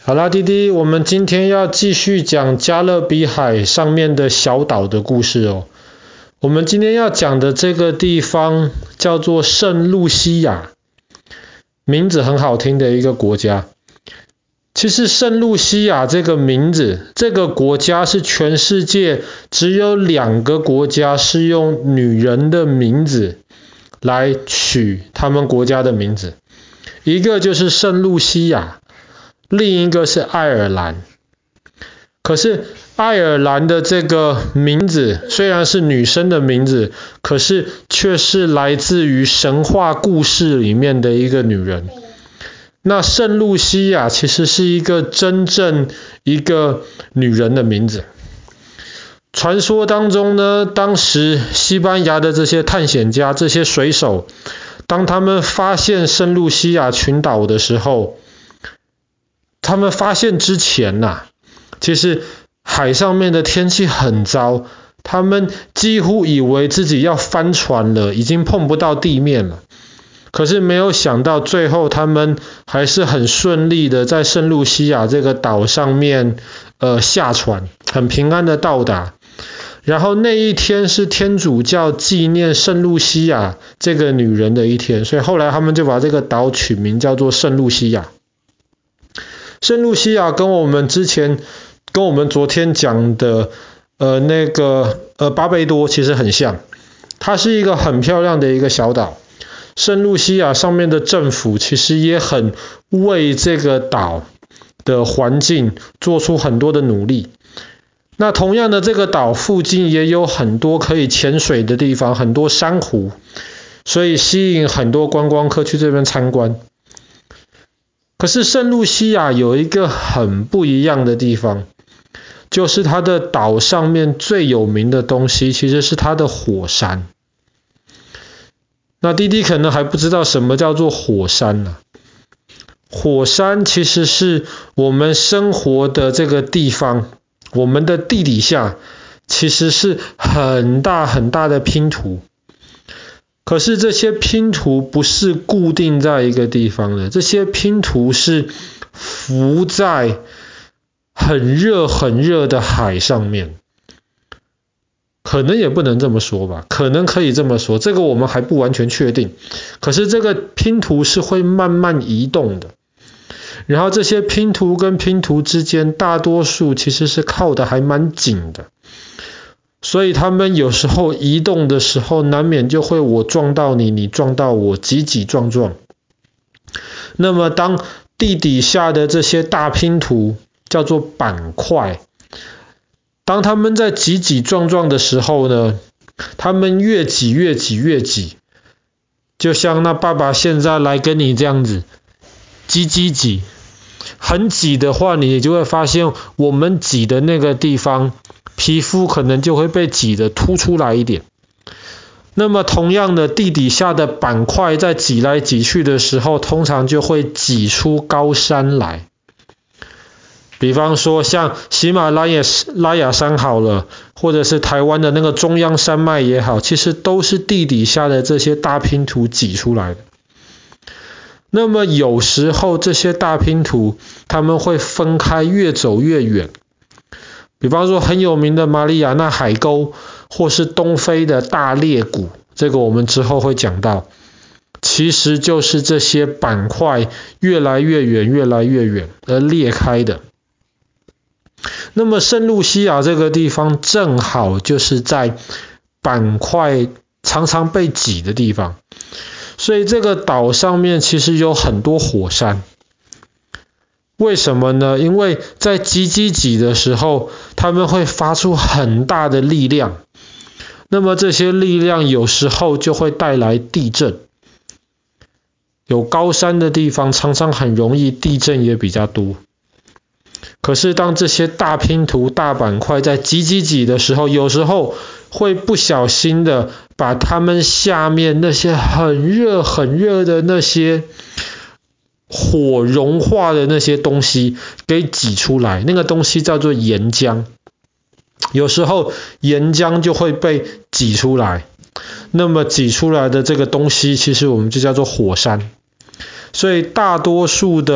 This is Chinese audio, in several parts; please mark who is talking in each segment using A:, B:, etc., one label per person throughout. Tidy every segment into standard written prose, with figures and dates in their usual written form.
A: 好啦，弟弟，我们今天要继续讲加勒比海上面的小岛的故事哦。我们今天要讲的这个地方叫做圣露西亚，名字很好听的一个国家。其实圣露西亚这个名字，这个国家是全世界只有2个国家是用女人的名字来取他们国家的名字，一个就是圣露西亚，另一个是爱尔兰。可是爱尔兰的这个名字虽然是女生的名字，可是却是来自于神话故事里面的一个女人。那圣露西亚其实是一个真正一个女人的名字。传说当中呢，当时西班牙的这些探险家、这些水手，当他们发现圣露西亚群岛的时候，他们发现之前其实海上面的天气很糟，他们几乎以为自己要翻船了，已经碰不到地面了。可是没有想到，最后他们还是很顺利的在圣露西亚这个岛上面下船，很平安的到达。然后那一天是天主教纪念圣露西亚这个女人的一天，所以后来他们就把这个岛取名叫做圣露西亚。圣露西亚跟我们昨天讲的那个巴贝多其实很像，它是一个很漂亮的一个小岛。圣露西亚上面的政府其实也很为这个岛的环境做出很多的努力。那同样的，这个岛附近也有很多可以潜水的地方，很多珊瑚，所以吸引很多观光客去这边参观。可是圣露西亚有一个很不一样的地方，就是它的岛上面最有名的东西其实是它的火山。那弟弟可能还不知道什么叫做火山呢？火山其实是我们生活的这个地方，我们的地底下其实是很大很大的拼图。可是这些拼图不是固定在一个地方的，这些拼图是浮在很热很热的海上面。可能也不能这么说吧，可能可以这么说，这个我们还不完全确定。可是这个拼图是会慢慢移动的，然后这些拼图跟拼图之间大多数其实是靠得还蛮紧的，所以他们有时候移动的时候难免就会我撞到你，你撞到我，挤挤撞撞。那么当地底下的这些大拼图叫做板块，当他们在挤挤撞撞的时候呢，他们越挤越挤越挤，就像那爸爸现在来跟你这样子挤挤挤，很挤的话，你就会发现我们挤的那个地方皮肤可能就会被挤得凸出来一点。那么同样的，地底下的板块在挤来挤去的时候，通常就会挤出高山来。比方说像喜马拉雅山好了，或者是台湾的那个中央山脉也好，其实都是地底下的这些大拼图挤出来的。那么有时候这些大拼图它们会分开，越走越远。比方说很有名的马里亚纳海沟，或是东非的大裂谷，这个我们之后会讲到，其实就是这些板块越来越远越来越远而裂开的。那么圣露西亚这个地方正好就是在板块常常被挤的地方，所以这个岛上面其实有很多火山。为什么呢？因为在挤的时候，他们会发出很大的力量，那么这些力量有时候就会带来地震。有高山的地方常常很容易地震也比较多。可是当这些大拼图大板块在挤的时候，有时候会不小心的把它们下面那些很热很热的那些火融化的那些东西给挤出来，那个东西叫做岩浆。有时候岩浆就会被挤出来，那么挤出来的这个东西其实我们就叫做火山。所以大多数的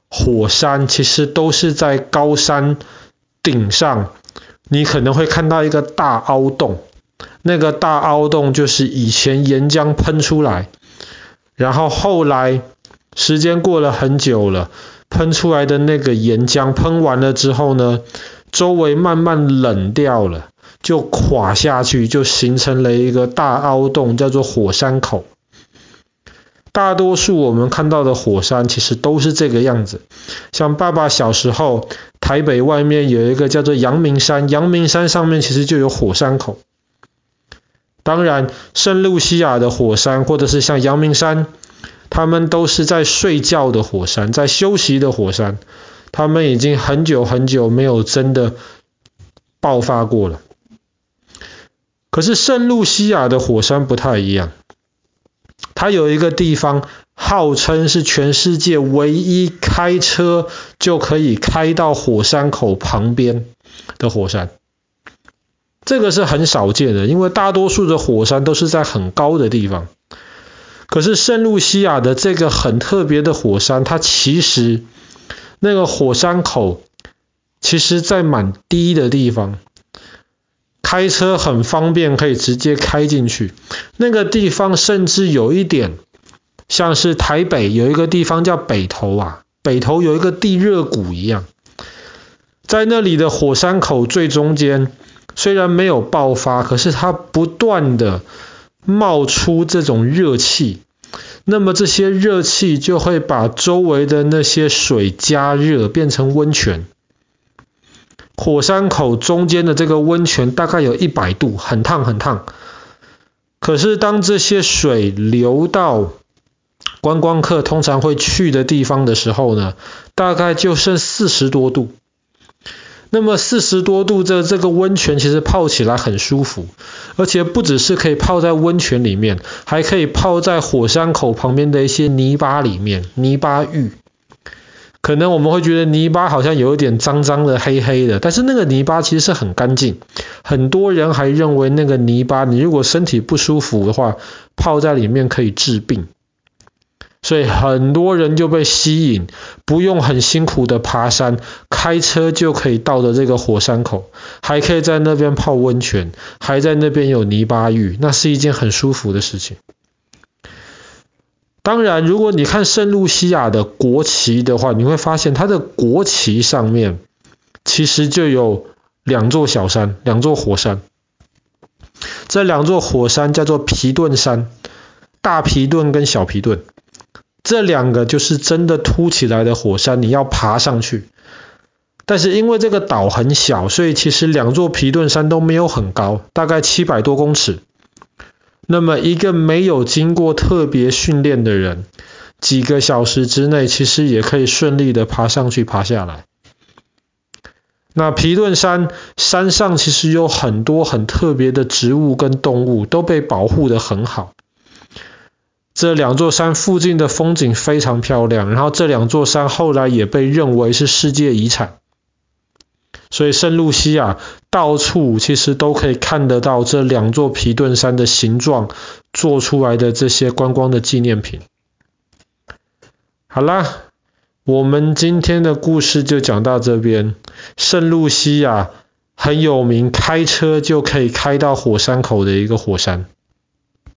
A: 火山其实都是在高山顶上，你可能会看到一个大凹洞，那个大凹洞就是以前岩浆喷出来，然后后来时间过了很久了，喷出来的那个岩浆喷完了之后呢，周围慢慢冷掉了，就垮下去，就形成了一个大凹洞，叫做火山口。大多数我们看到的火山其实都是这个样子。像爸爸小时候，台北外面有一个叫做阳明山，阳明山上面其实就有火山口。当然，圣露西亚的火山或者是像阳明山，他们都是在睡觉的火山，在休息的火山，他们已经很久很久没有真的爆发过了。可是圣露西亚的火山不太一样，它有一个地方号称是全世界唯一开车就可以开到火山口旁边的火山。这个是很少见的，因为大多数的火山都是在很高的地方。可是圣露西亚的这个很特别的火山，它其实那个火山口其实在蛮低的地方，开车很方便，可以直接开进去。那个地方甚至有一点像是台北有一个地方叫北投啊，北投有一个地热谷一样。在那里的火山口最中间，虽然没有爆发，可是它不断的冒出这种热气，那么这些热气就会把周围的那些水加热，变成温泉。火山口中间的这个温泉大概有100度，很烫很烫。可是当这些水流到观光客通常会去的地方的时候呢，大概就剩40多度。那么40多度的这个温泉其实泡起来很舒服，而且不只是可以泡在温泉里面，还可以泡在火山口旁边的一些泥巴里面，泥巴浴。可能我们会觉得泥巴好像有一点脏脏的黑黑的，但是那个泥巴其实是很干净。很多人还认为那个泥巴你如果身体不舒服的话，泡在里面可以治病。所以很多人就被吸引，不用很辛苦的爬山，开车就可以到的这个火山口，还可以在那边泡温泉，还在那边有泥巴浴，那是一件很舒服的事情。当然，如果你看圣露西亚的国旗的话，你会发现它的国旗上面其实就有2座小山，2座火山。这2座火山叫做皮顿山，大皮顿跟小皮顿。这2个就是真的凸起来的火山，你要爬上去。但是因为这个岛很小，所以其实2座皮顿山都没有很高，大概700多公尺。那么一个没有经过特别训练的人，几个小时之内其实也可以顺利的爬上去爬下来。那皮顿山山上其实有很多很特别的植物跟动物，都被保护得很好。这2座山附近的风景非常漂亮，然后这2座山后来也被认为是世界遗产。所以圣露西亚到处其实都可以看得到这2座皮顿山的形状做出来的这些观光的纪念品。好啦，我们今天的故事就讲到这边。圣露西亚很有名，开车就可以开到火山口的一个火山。